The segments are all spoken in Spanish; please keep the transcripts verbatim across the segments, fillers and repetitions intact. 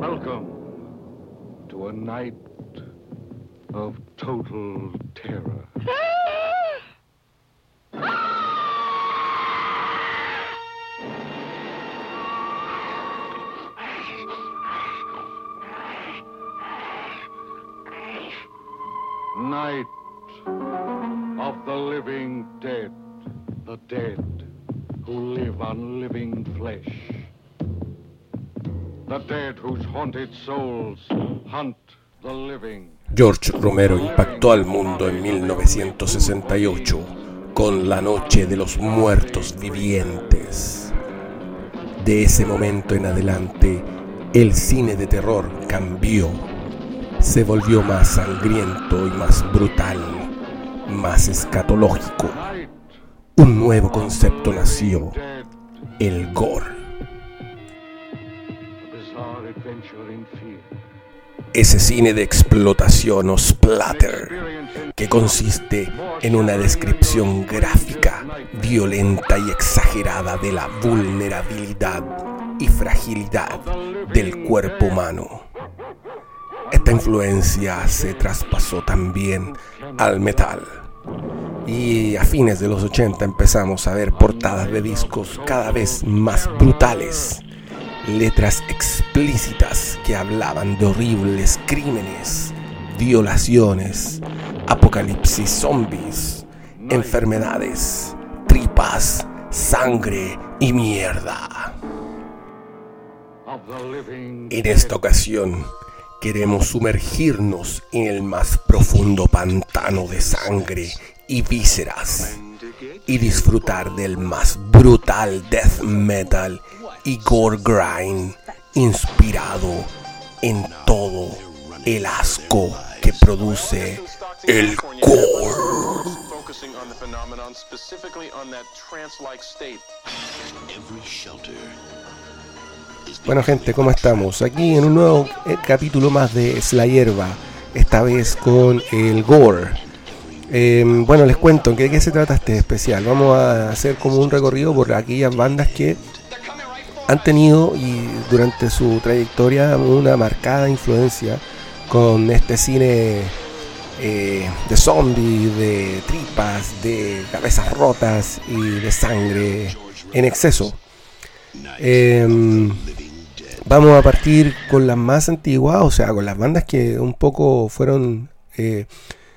Welcome to a night of total terror. Night of the living dead, the dead who live on living flesh, the dead whose haunted souls hunt the living. George Romero impactó al mundo en mil novecientos sesenta y ocho con La Noche de los Muertos Vivientes. De ese momento en adelante, el cine de terror cambió. Se volvió más sangriento y más brutal, más escatológico. Un nuevo concepto nació, el gore. Ese cine de explotación o splatter, que consiste en una descripción gráfica, violenta y exagerada de la vulnerabilidad y fragilidad del cuerpo humano. Esta influencia se traspasó también al metal. Y a fines de los ochenta empezamos a ver portadas de discos cada vez más brutales, letras explícitas que hablaban de horribles crímenes, violaciones, apocalipsis zombies, enfermedades, tripas, sangre y mierda. En esta ocasión queremos sumergirnos en el más profundo pantano de sangre y vísceras y disfrutar del más brutal death metal y gore grind inspirado en todo el asco que produce el gore. Bueno, gente, ¿cómo estamos? Aquí en un nuevo capítulo más de Es la Hierba, esta vez con el gore. Eh, bueno, les cuento de qué se trata este especial. Vamos a hacer como un recorrido por aquellas bandas que han tenido y durante su trayectoria una marcada influencia con este cine eh, de zombies, de tripas, de cabezas rotas y de sangre en exceso. Eh, vamos a partir con las más antiguas, o sea, con las bandas que un poco fueron eh,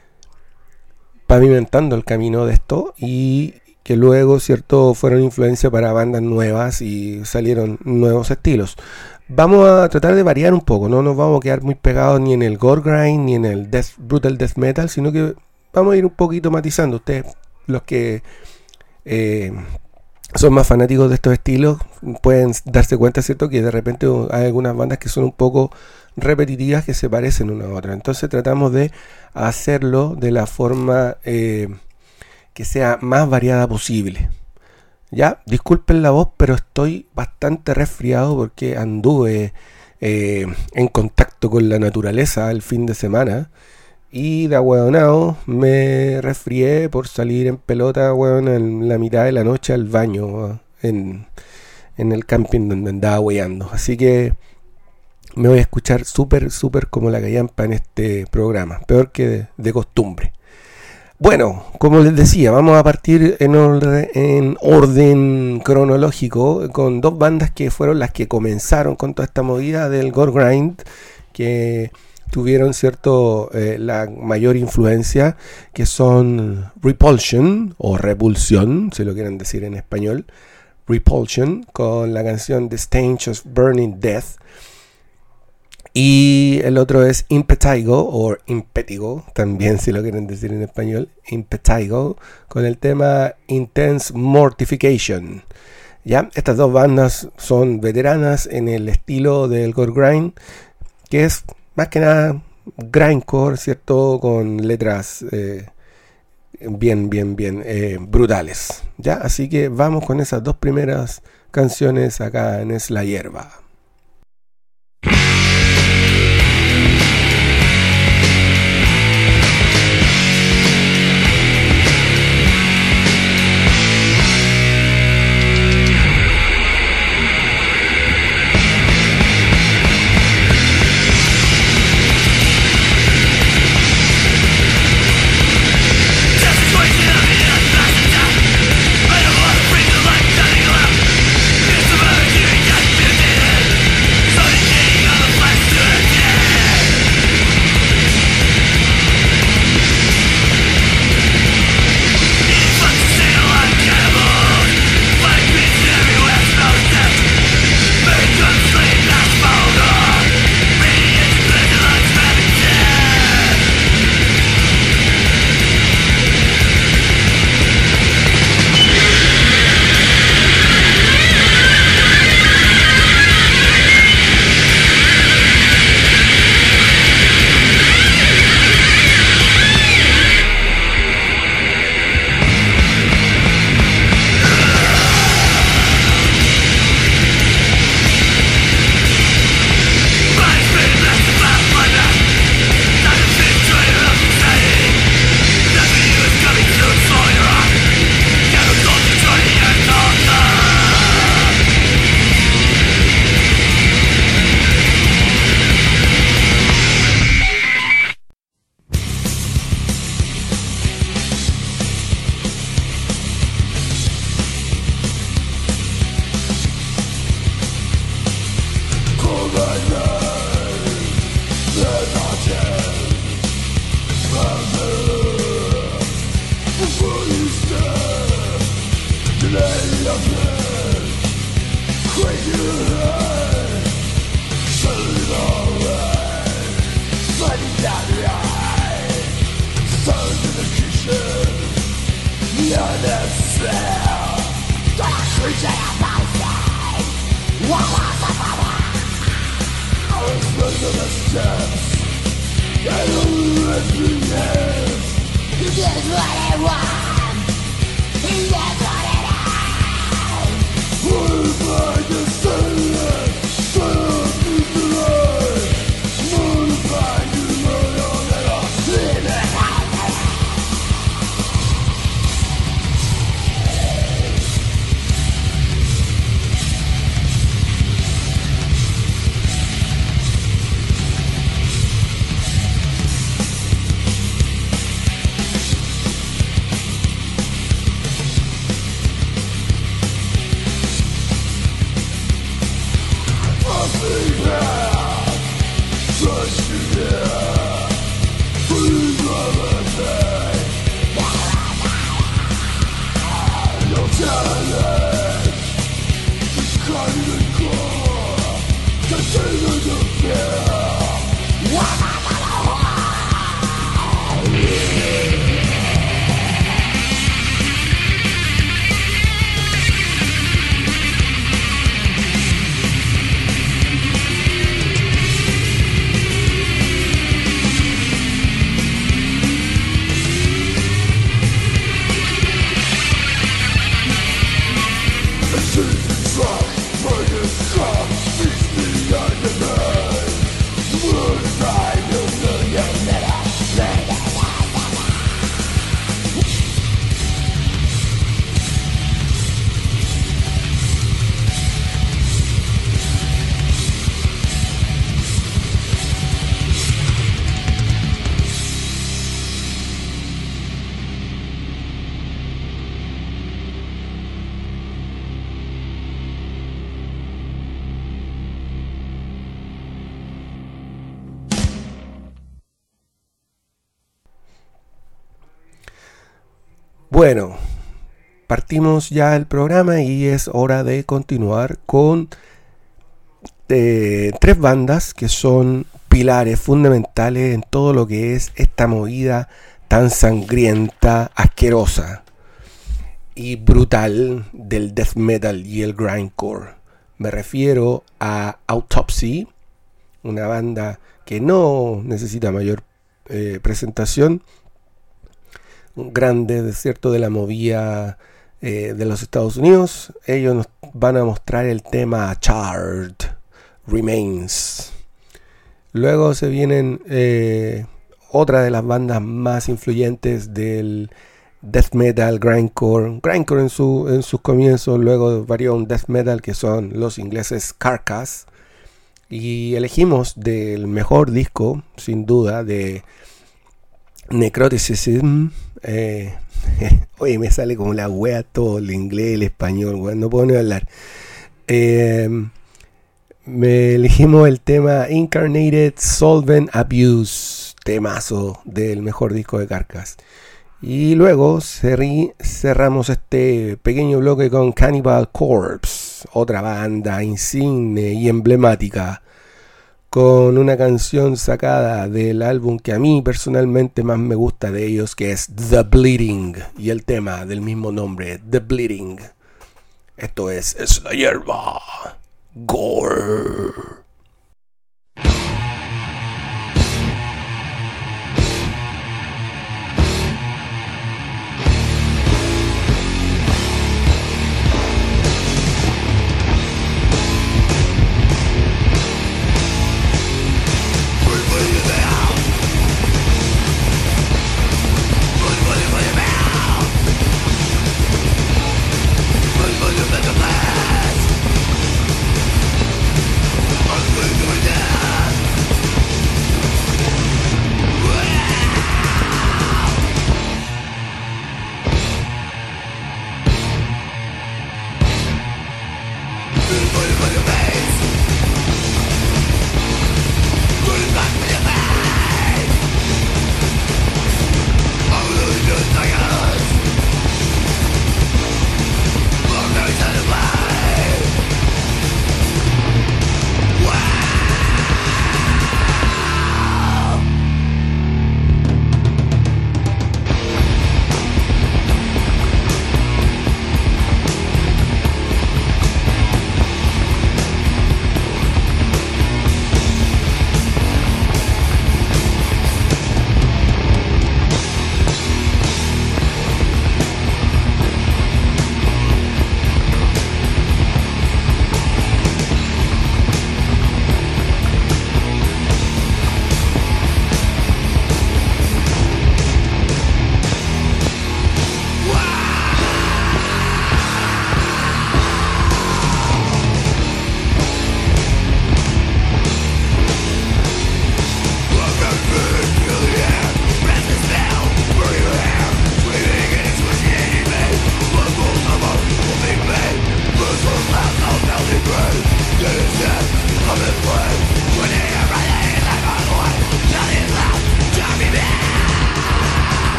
pavimentando el camino de esto y que luego, cierto, fueron influencia para bandas nuevas y salieron nuevos estilos. Vamos a tratar de variar un poco, no nos vamos a quedar muy pegados ni en el gore grind ni en el death, brutal death metal, sino que vamos a ir un poquito matizando. Ustedes, los que eh, son más fanáticos de estos estilos, pueden darse cuenta, cierto, que de repente hay algunas bandas que son un poco repetitivas, que se parecen una a otra. Entonces tratamos de hacerlo de la forma eh, que sea más variada posible. Ya, disculpen la voz, pero estoy bastante resfriado porque anduve eh, en contacto con la naturaleza el fin de semana y de ahueonado me resfrié por salir en pelota, hueón, en la mitad de la noche al baño en, en el camping donde andaba hueando. Así que me voy a escuchar súper, súper como la callampa en este programa, peor que de, de costumbre. Bueno, como les decía, vamos a partir en orden, en orden cronológico con dos bandas que fueron las que comenzaron con toda esta movida del gore grind, que tuvieron cierto eh, la mayor influencia, que son Repulsion o Repulsión, si lo quieren decir en español, Repulsion, con la canción The Stench of Burning Death. Y el otro es Impetigo o Impetigo, también si lo quieren decir en español, Impetigo, con el tema Intense Mortification. ¿Ya? Estas dos bandas son veteranas en el estilo del gore grind, que es más que nada grindcore, ¿cierto? Con letras eh, bien, bien, bien eh, brutales. ¿Ya? Así que vamos con esas dos primeras canciones acá en Es la Hierba. Bueno, partimos ya el programa y es hora de continuar con eh, tres bandas que son pilares fundamentales en todo lo que es esta movida tan sangrienta, asquerosa y brutal del death metal y el grindcore. Me refiero a Autopsy, una banda que no necesita mayor eh, presentación, un grande desierto de la movida eh, de los Estados Unidos. Ellos nos van a mostrar el tema Charred Remains. Luego se vienen eh, otra de las bandas más influyentes del death metal, grindcore, grindcore en, su, en sus comienzos, luego varió un death metal que son los ingleses Carcass, y elegimos del mejor disco, sin duda, de Necroticism. Eh, oye, me sale como la wea todo, el inglés, el español, wea, no puedo ni hablar. Eh, me elegimos el tema Incarnated Solvent Abuse, temazo del mejor disco de Carcass. Y luego cerri, cerramos este pequeño bloque con Cannibal Corpse, otra banda insigne y emblemática, con una canción sacada del álbum que a mí personalmente más me gusta de ellos, que es The Bleeding, y el tema del mismo nombre, The Bleeding. Esto es Es la hierba. Gore. Oh,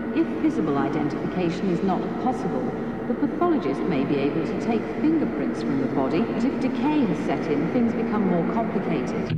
If visible identification is not possible, the pathologist may be able to take fingerprints from the body, but if decay has set in, things become more complicated.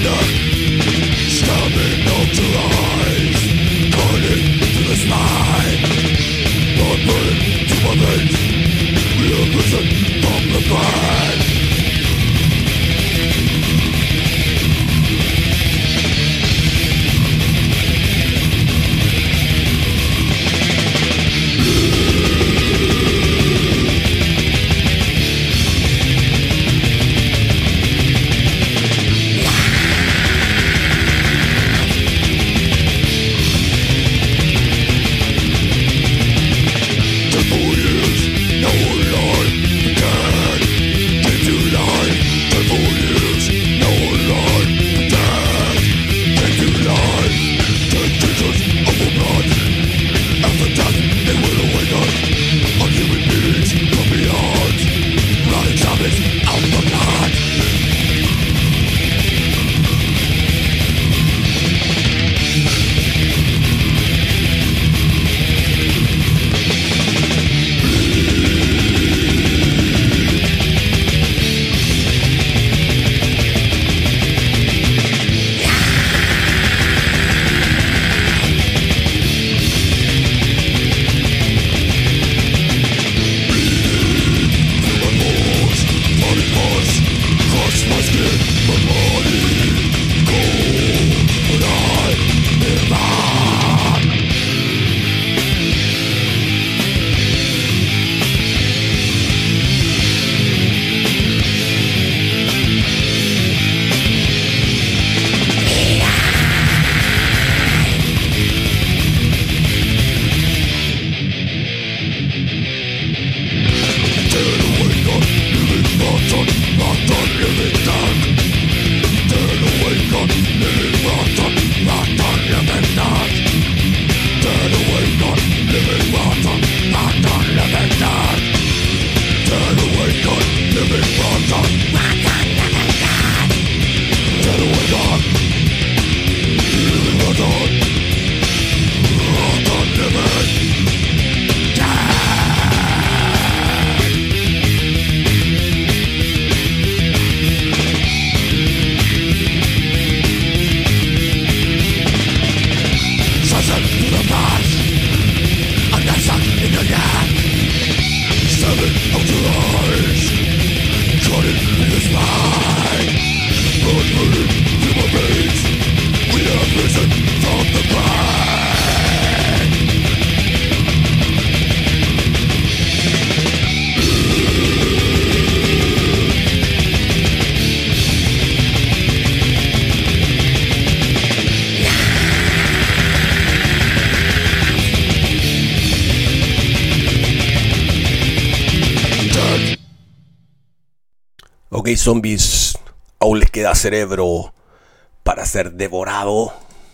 Ok, zombies, aún les queda cerebro para ser devorado.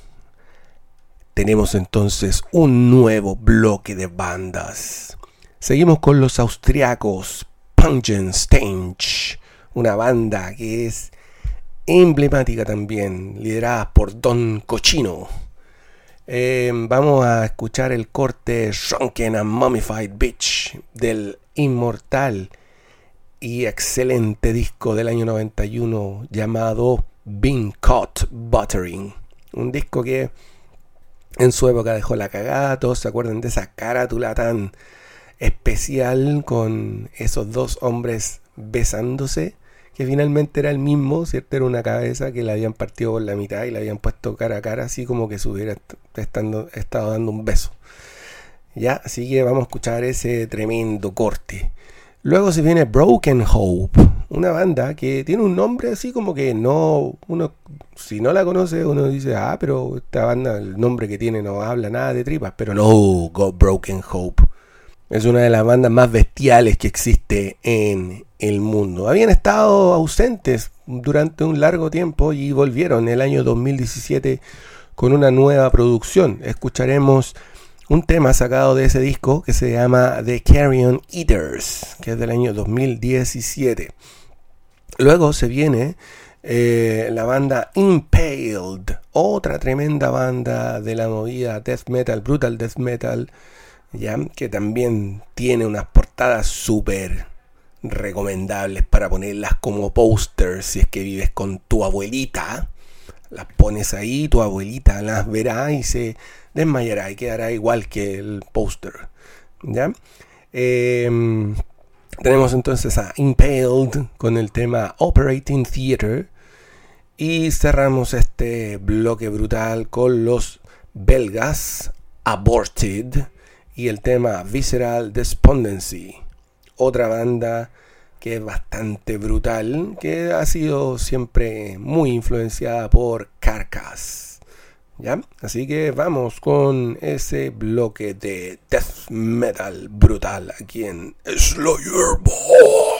Tenemos entonces un nuevo bloque de bandas. Seguimos con los austriacos Pungenstange, una banda que es emblemática también, liderada por Don Cochino. Eh, vamos a escuchar el corte Shrunken and Mummified Bitch del inmortal y excelente disco del año noventa y uno llamado Been Caught Buttering. Un disco que en su época dejó la cagada. Todos se acuerdan de esa carátula tan especial con esos dos hombres besándose, que finalmente era el mismo, ¿cierto? Era una cabeza que la habían partido por la mitad y la habían puesto cara a cara, así como que se hubiera estando, estado dando un beso. Ya, así que vamos a escuchar ese tremendo corte. Luego se viene Broken Hope, una banda que tiene un nombre así como que no, uno, si no la conoce, uno dice, ah, pero esta banda, el nombre que tiene no habla nada de tripas, pero no, Go Broken Hope. Es una de las bandas más bestiales que existe en el mundo. Habían estado ausentes durante un largo tiempo y volvieron en el año dos mil diecisiete con una nueva producción. Escucharemos un tema sacado de ese disco que se llama The Carrion Eaters, que es del año dos mil diecisiete. Luego se viene eh, la banda Impaled, otra tremenda banda de la movida death metal, brutal death metal, ya, que también tiene unas portadas súper recomendables para ponerlas como pósters si es que vives con tu abuelita. las pones ahí, tu abuelita las verá y se desmayará y quedará igual que el póster, ¿ya? Eh, tenemos entonces a Impaled con el tema Operating Theater y cerramos este bloque brutal con los belgas Aborted y el tema Visceral Despondency, otra banda que es bastante brutal, que ha sido siempre muy influenciada por Carcass, ¿ya? Así que vamos con ese bloque de death metal brutal aquí en Slayer Boy.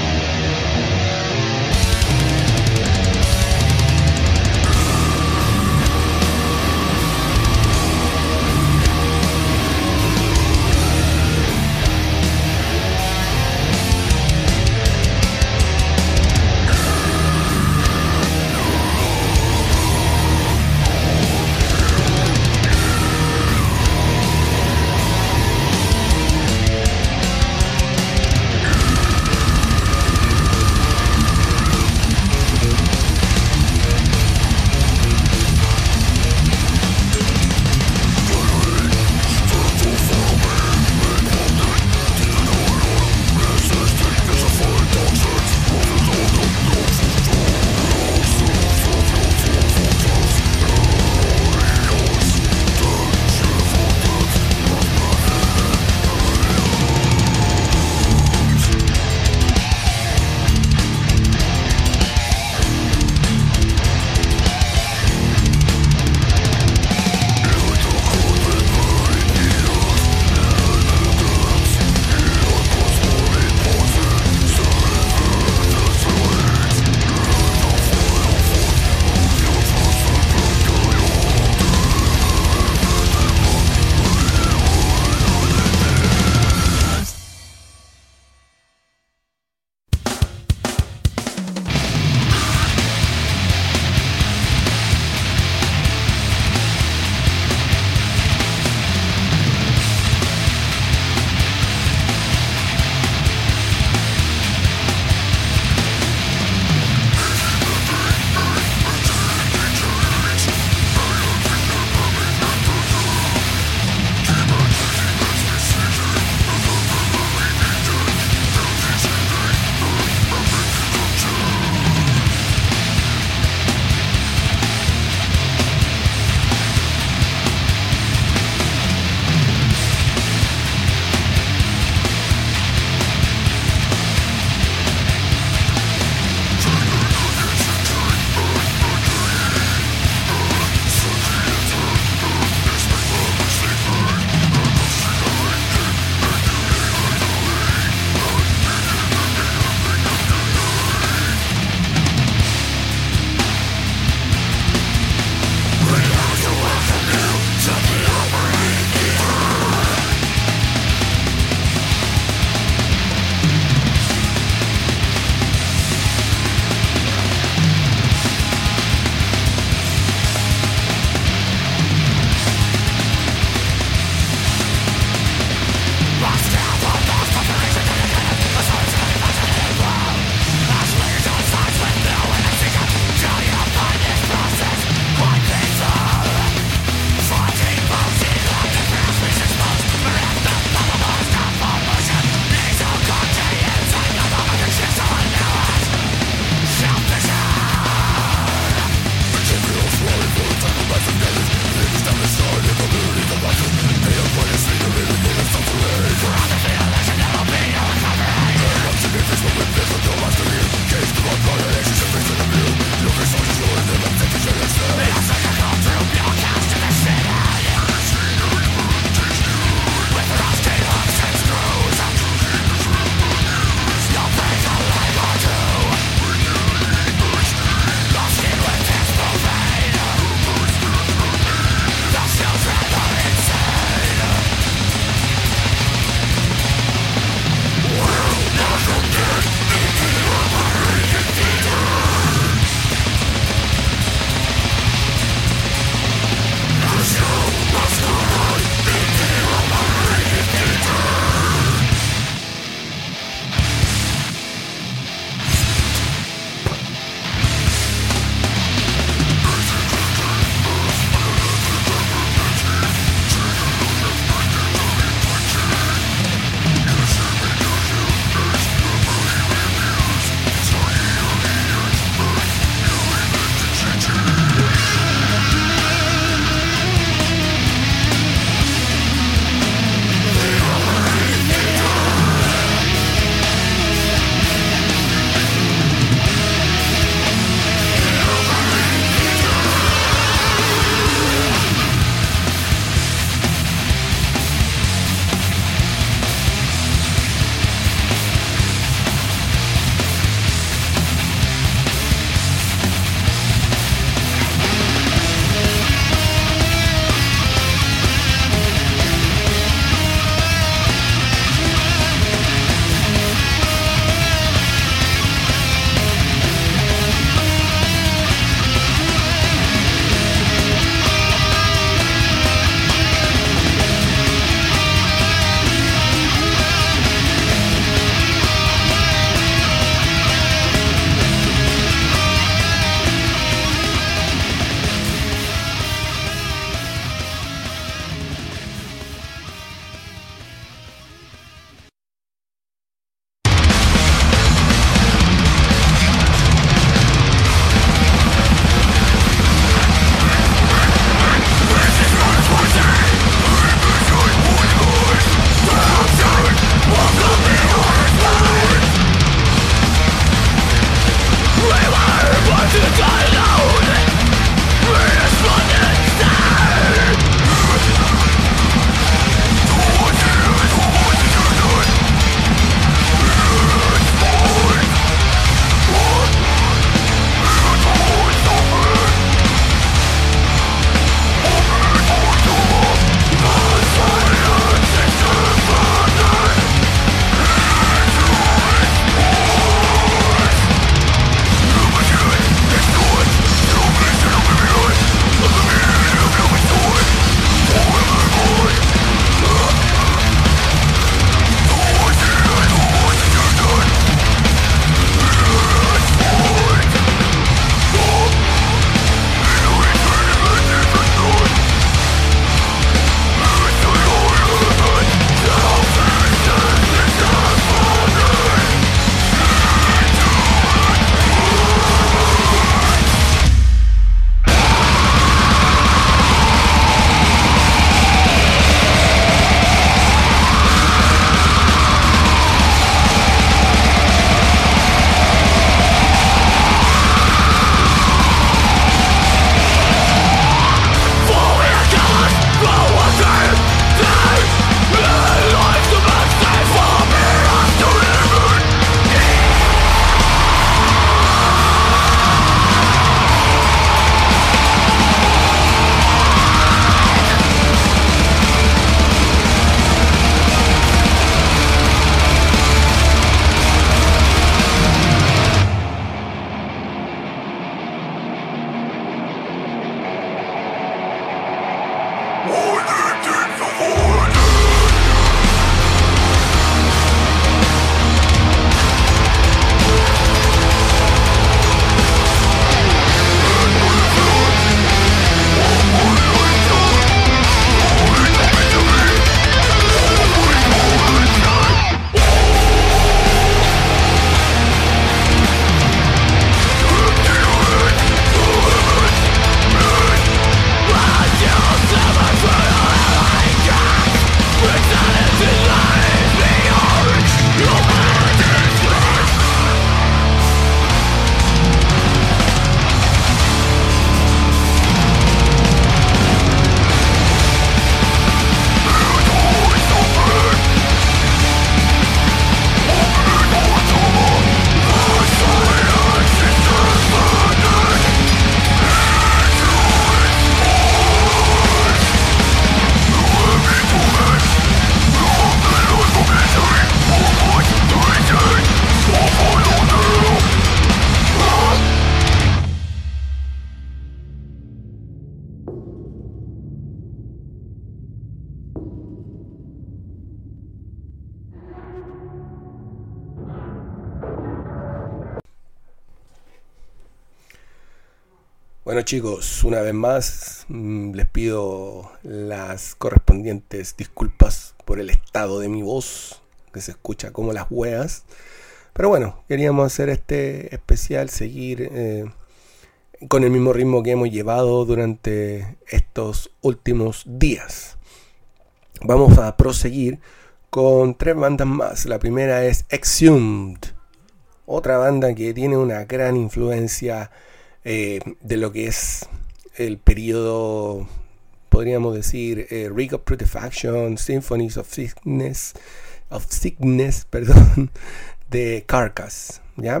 Bueno chicos, una vez más mmm, les pido las correspondientes disculpas por el estado de mi voz, que se escucha como las hueas. Pero bueno, queríamos hacer este especial, seguir eh, con el mismo ritmo que hemos llevado durante estos últimos días. Vamos a proseguir con tres bandas más. La primera es Exhumed, otra banda que tiene una gran influencia eh, de lo que es el periodo, podríamos decir, eh, Reek of Putrefaction, Symphonies of Sickness, of Sickness, perdón, de Carcass, ¿ya?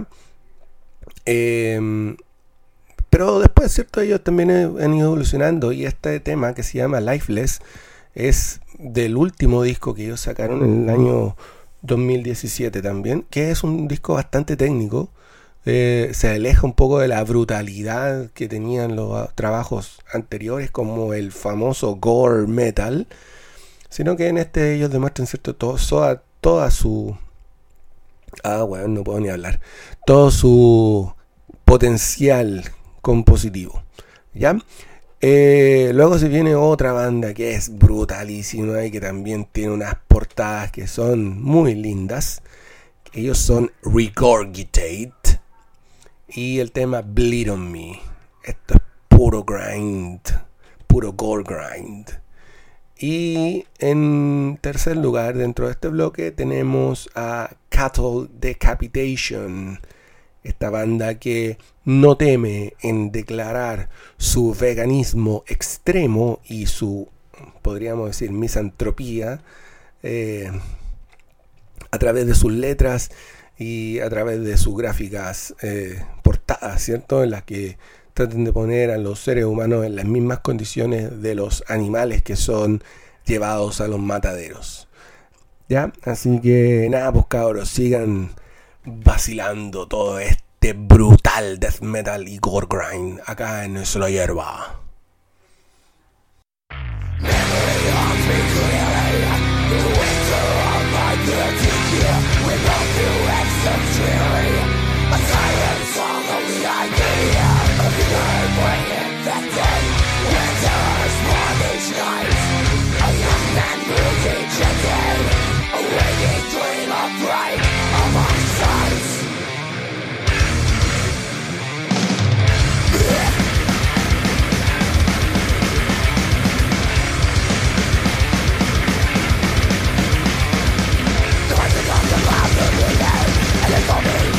Eh, pero después, ¿cierto? Ellos también han ido evolucionando y este tema que se llama Lifeless es del último disco que ellos sacaron en el año dos mil diecisiete también, que es un disco bastante técnico. Eh, se aleja un poco de la brutalidad que tenían los trabajos anteriores, como el famoso gore metal, sino que en este ellos demuestran, cierto, todo, toda, toda su ah bueno, no puedo ni hablar todo su potencial compositivo, ¿ya? Eh, luego se viene otra banda que es brutalísima y que también tiene unas portadas que son muy lindas. Ellos son Regurgitate y el tema Bleed on Me. Esto es puro grind, puro gore grind. Y en tercer lugar dentro de este bloque tenemos a Cattle Decapitation, esta banda que no teme en declarar su veganismo extremo y su, podríamos decir, misantropía eh, a través de sus letras y a través de sus gráficas eh, portadas, ¿cierto? En las que tratan de poner a los seres humanos en las mismas condiciones de los animales que son llevados a los mataderos, ¿ya? Así que nada, pues cabros, sigan vacilando todo este brutal death metal y gore grind acá en Nuestra Hierba. For me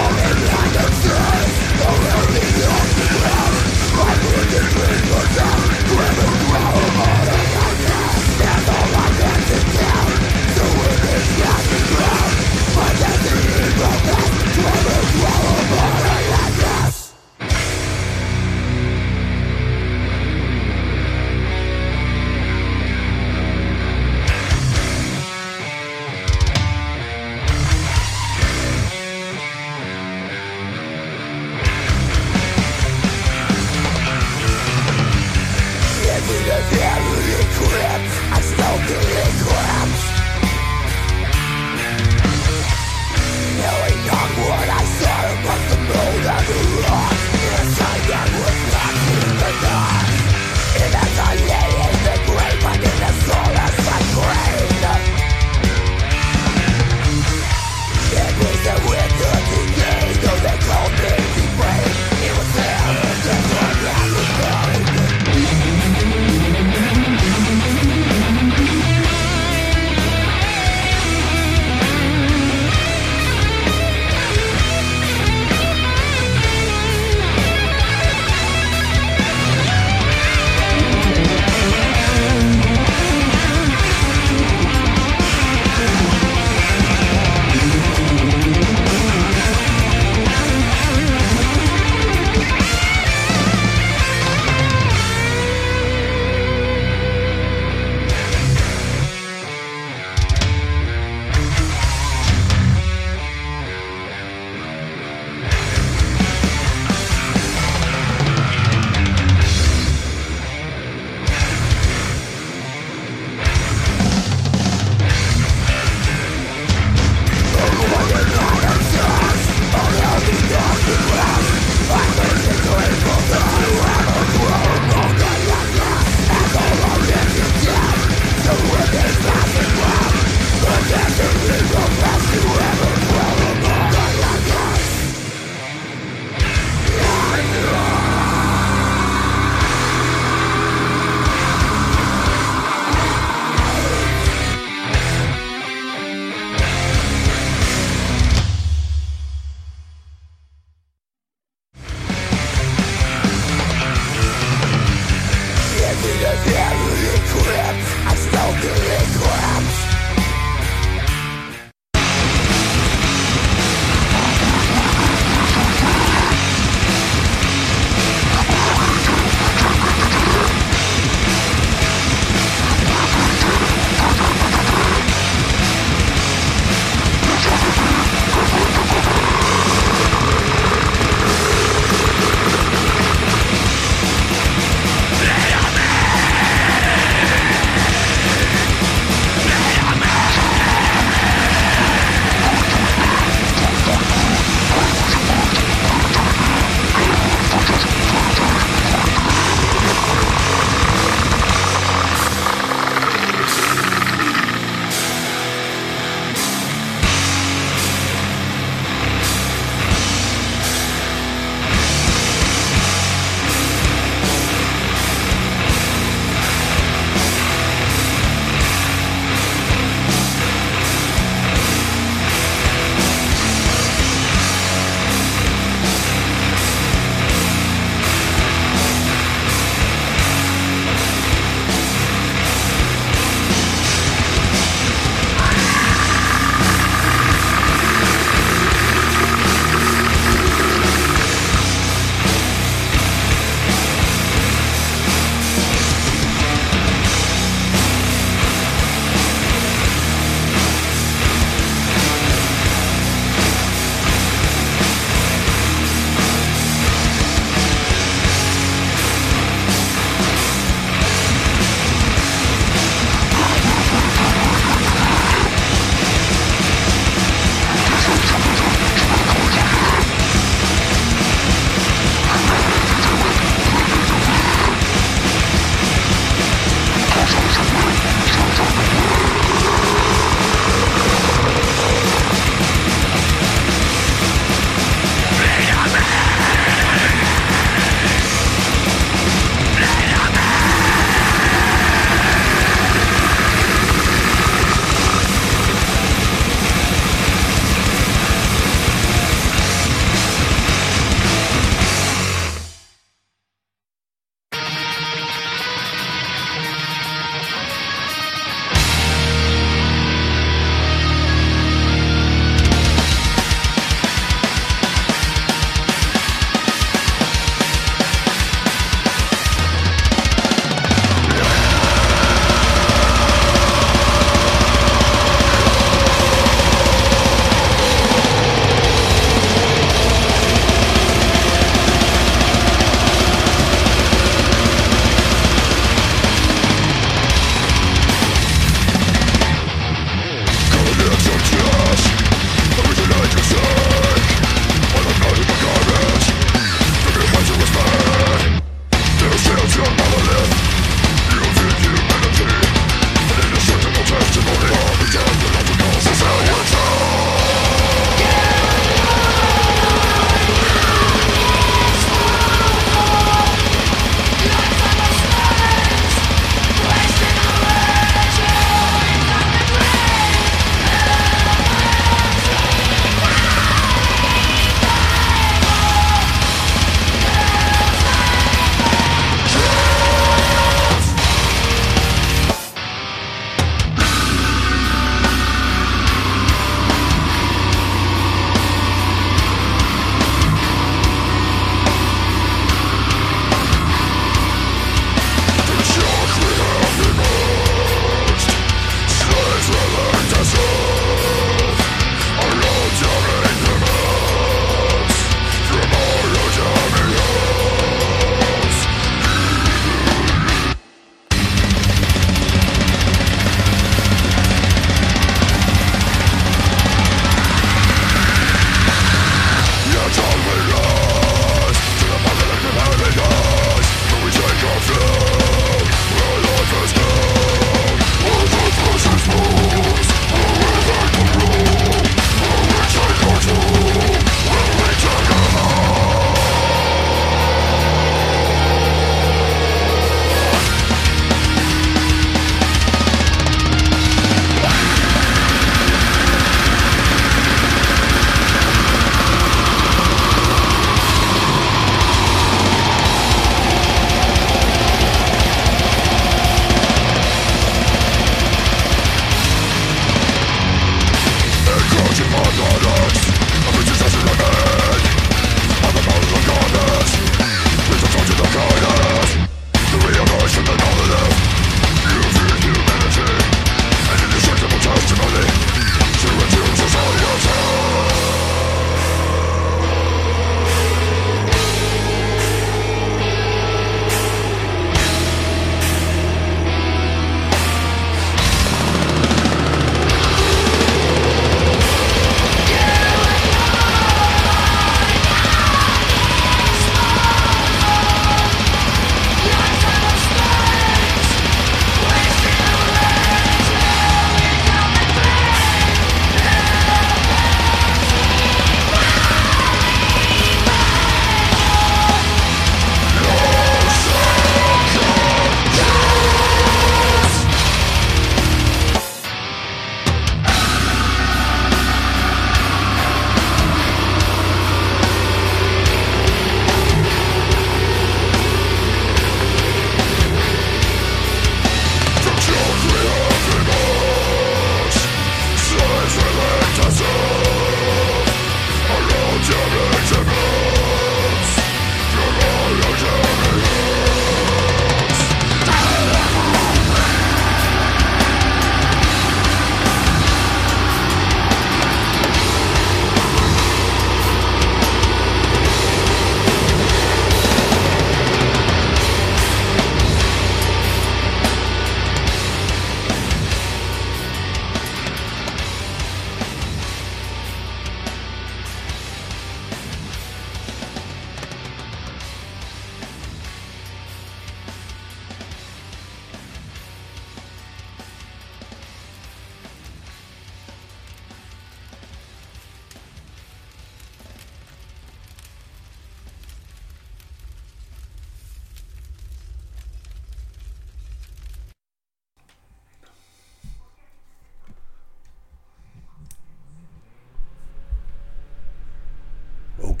Ok.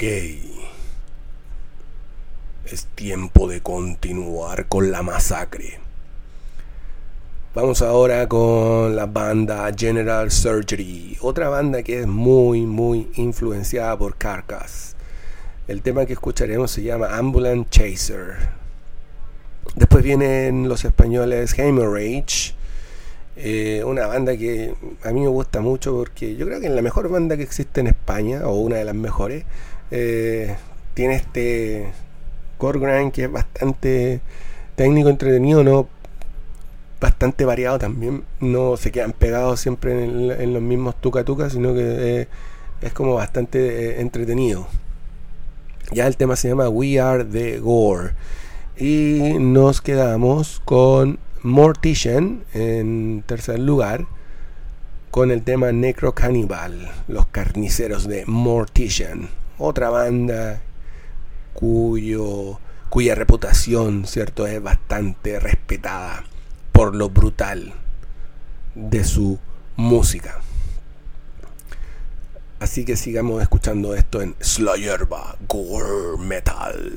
Es tiempo de continuar con la masacre. Vamos ahora con la banda General Surgery, otra banda que es muy muy influenciada por Carcass. El tema que escucharemos se llama Ambulance Chaser. Después vienen los españoles Hemorrhage, eh, una banda que a mí me gusta mucho porque yo creo que es la mejor banda que existe en España, o una de las mejores. Eh, tiene este core grind que es bastante técnico, entretenido, ¿no? Bastante variado también, no se quedan pegados siempre en, el, en los mismos tuca tuca, sino que eh, es como bastante eh, entretenido. Ya el tema se llama We Are the Gore y nos quedamos con Mortician en tercer lugar con el tema Necro Cannibal, los carniceros de Mortician, otra banda cuyo cuya reputación, cierto, es bastante respetada por lo brutal de su música. Así que sigamos escuchando esto en Slayerba Gore Metal.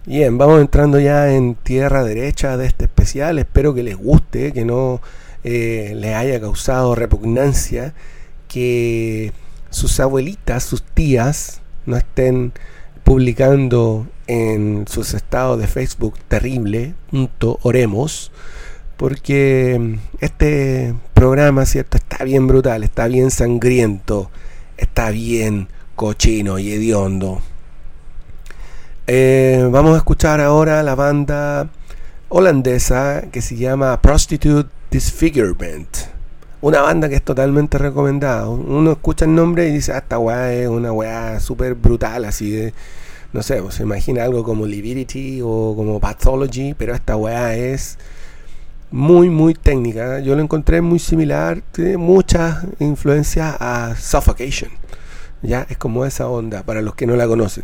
Bien, vamos entrando ya en tierra derecha de este especial. Espero que les guste, que no eh, les haya causado repugnancia, que sus abuelitas, sus tías, no estén publicando en sus estados de Facebook terrible punto oremos, porque este programa, ¿cierto?, está bien brutal, está bien sangriento, está bien cochino y hediondo. Eh, vamos a escuchar ahora la banda holandesa que se llama Prostitute Disfigurement. Una banda que es totalmente recomendada. Uno escucha el nombre y dice, ah, esta weá es una weá súper brutal, así de, no sé, pues, se imagina algo como Lividity o como Pathology, pero esta weá es muy, muy técnica. Yo lo encontré muy similar, tiene muchas influencias a Suffocation. Ya, es como esa onda, para los que no la conocen.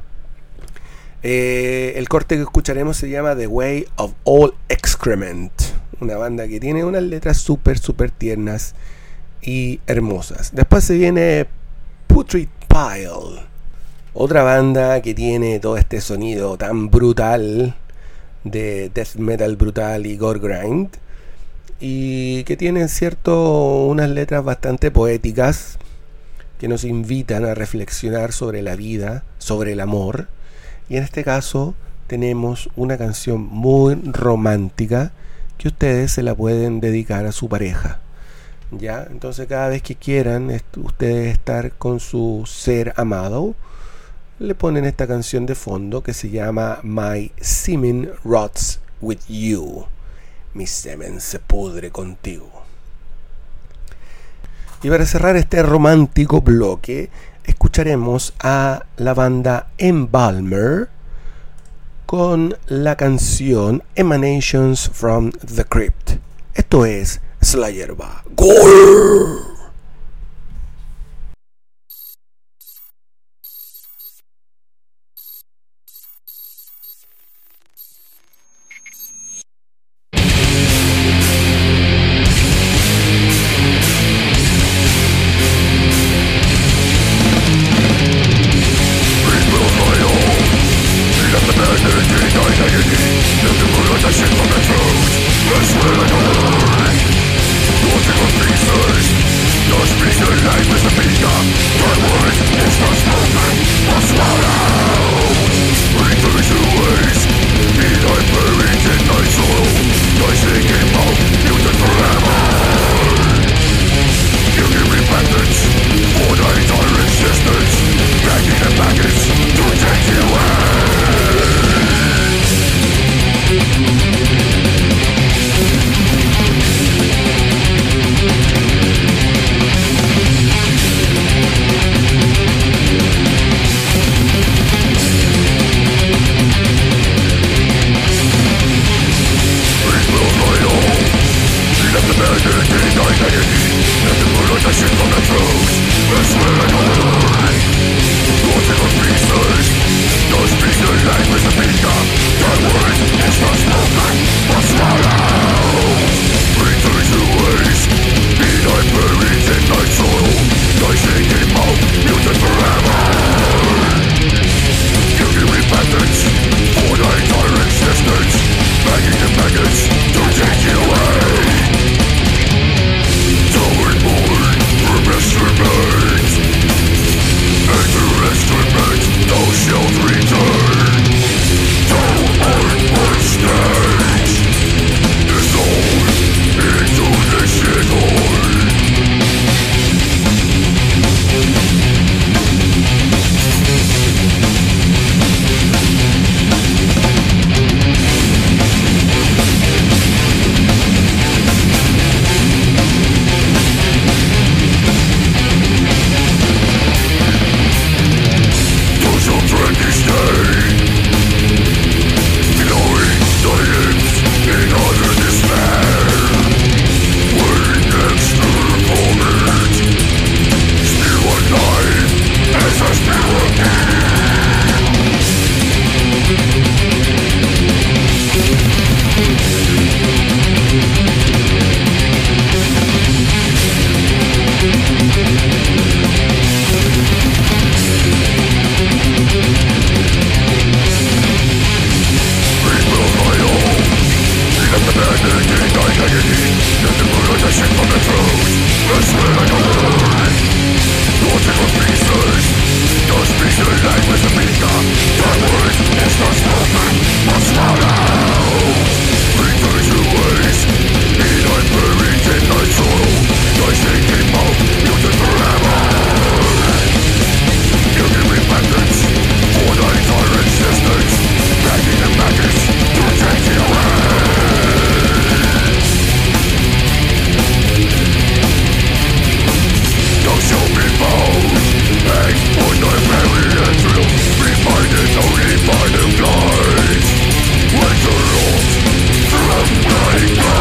Eh, el corte que escucharemos se llama The Way of All Excrement. Una banda que tiene unas letras súper, súper tiernas y hermosas. Después se viene Putrid Pile, otra banda que tiene todo este sonido tan brutal de death metal brutal y gore grind, y que tienen cierto unas letras bastante poéticas que nos invitan a reflexionar sobre la vida, sobre el amor. Y en este caso tenemos una canción muy romántica que ustedes se la pueden dedicar a su pareja, ¿ya? Entonces cada vez que quieran est- ustedes estar con su ser amado, le ponen esta canción de fondo que se llama My Semen Rots With You. Mi semen se pudre contigo. Y para cerrar este romántico bloque, escucharemos a la banda Embalmer con la canción Emanations from the Crypt. Esto es Slayerba Gore. Shall return to our step. Only by the blood. When the Lord from my God.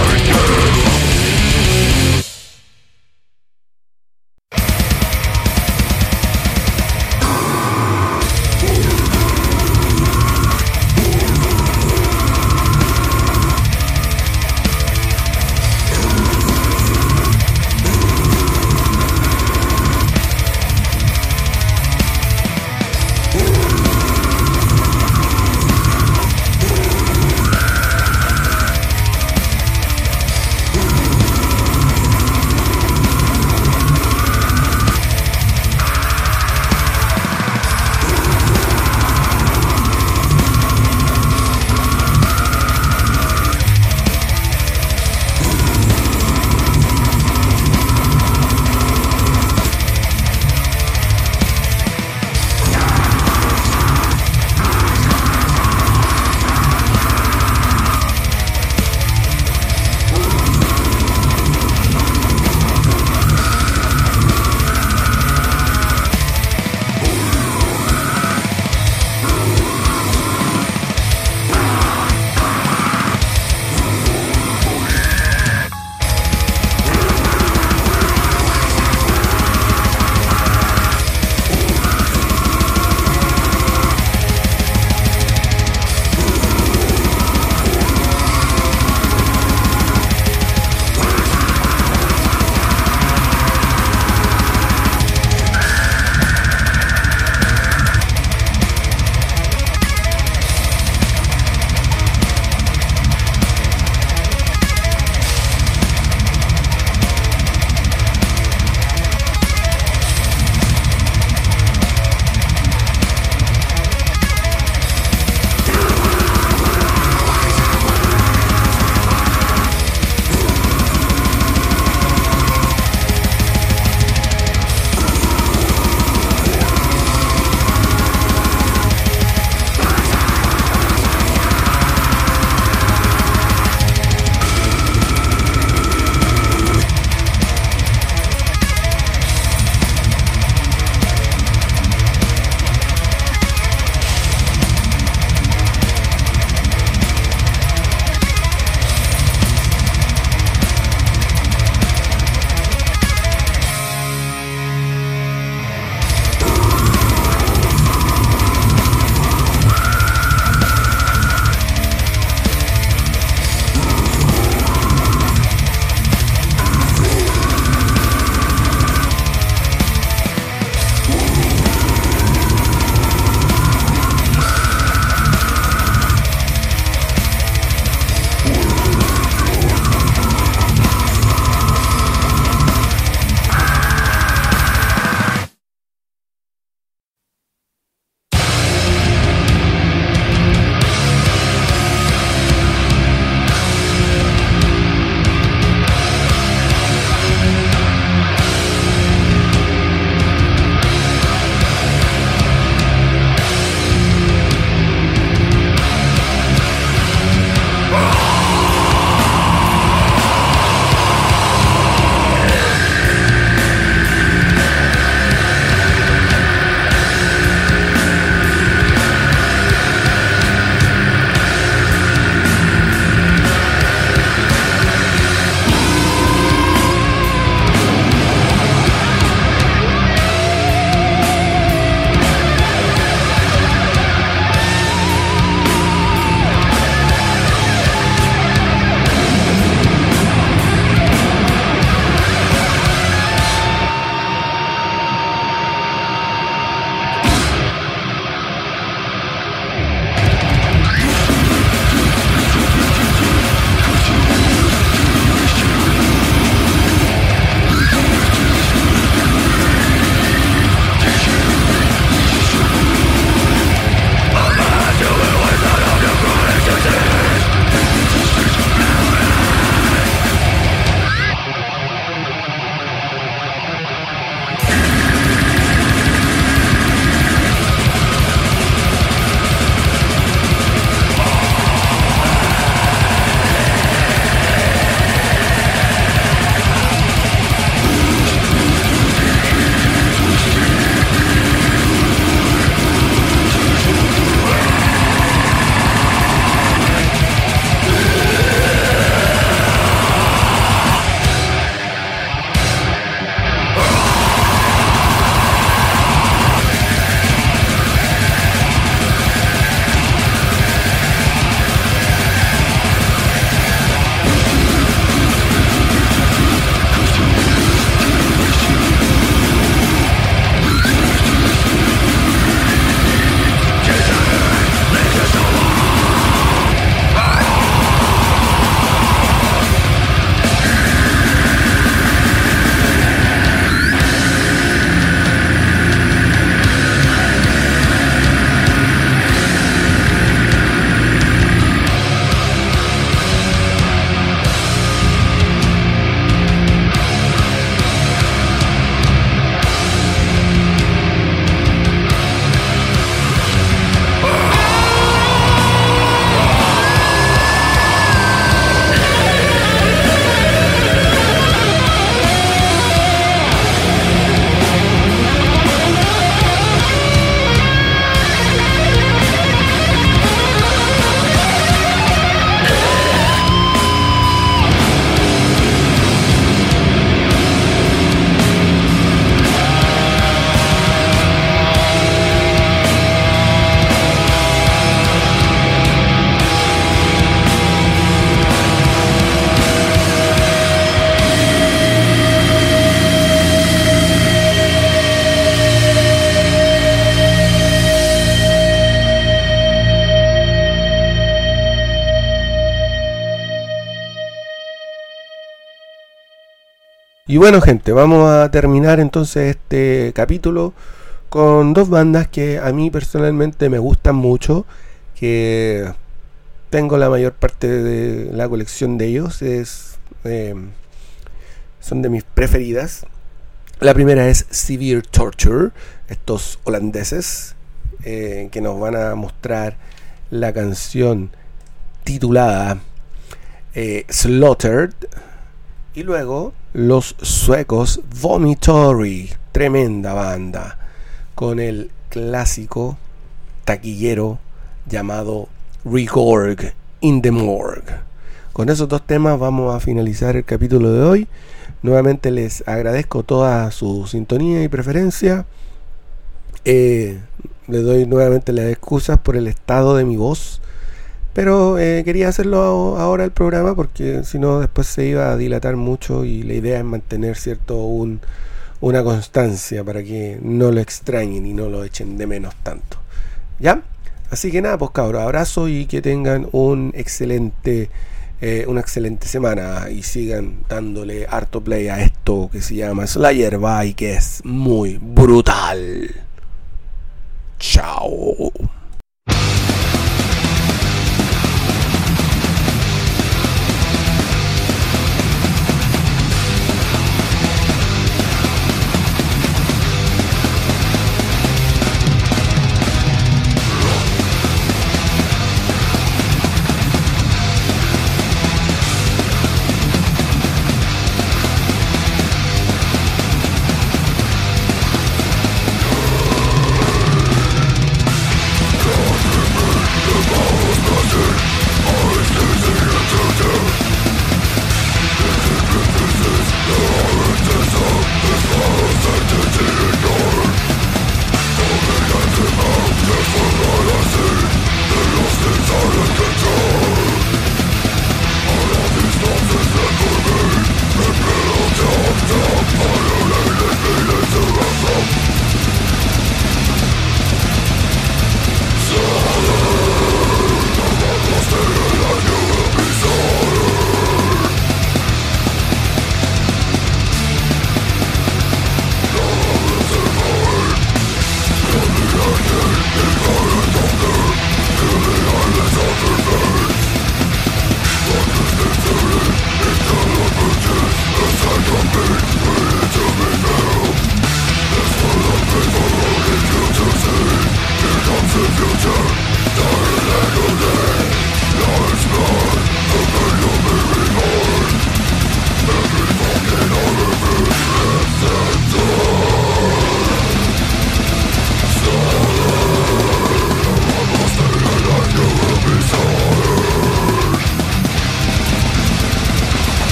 Y bueno, gente, vamos a terminar entonces este capítulo con dos bandas que a mí personalmente me gustan mucho, que tengo la mayor parte de la colección de ellos, es, eh, son de mis preferidas. La primera es Severe Torture, estos holandeses eh, que nos van a mostrar la canción titulada eh, Slaughtered. Y luego los suecos Vomitory, tremenda banda, con el clásico taquillero llamado Rigorg in the Morgue. Con esos dos temas vamos a finalizar el capítulo de hoy. Nuevamente les agradezco toda su sintonía y preferencia. Eh, les doy nuevamente las excusas por el estado de mi voz, pero eh, quería hacerlo ahora el programa porque si no después se iba a dilatar mucho y la idea es mantener cierto un, una constancia para que no lo extrañen y no lo echen de menos tanto. ¿Ya? Así que nada, pues cabros, abrazo y que tengan un excelente eh, una excelente semana y sigan dándole harto play a esto que se llama Slayer by, que es muy brutal. Chao.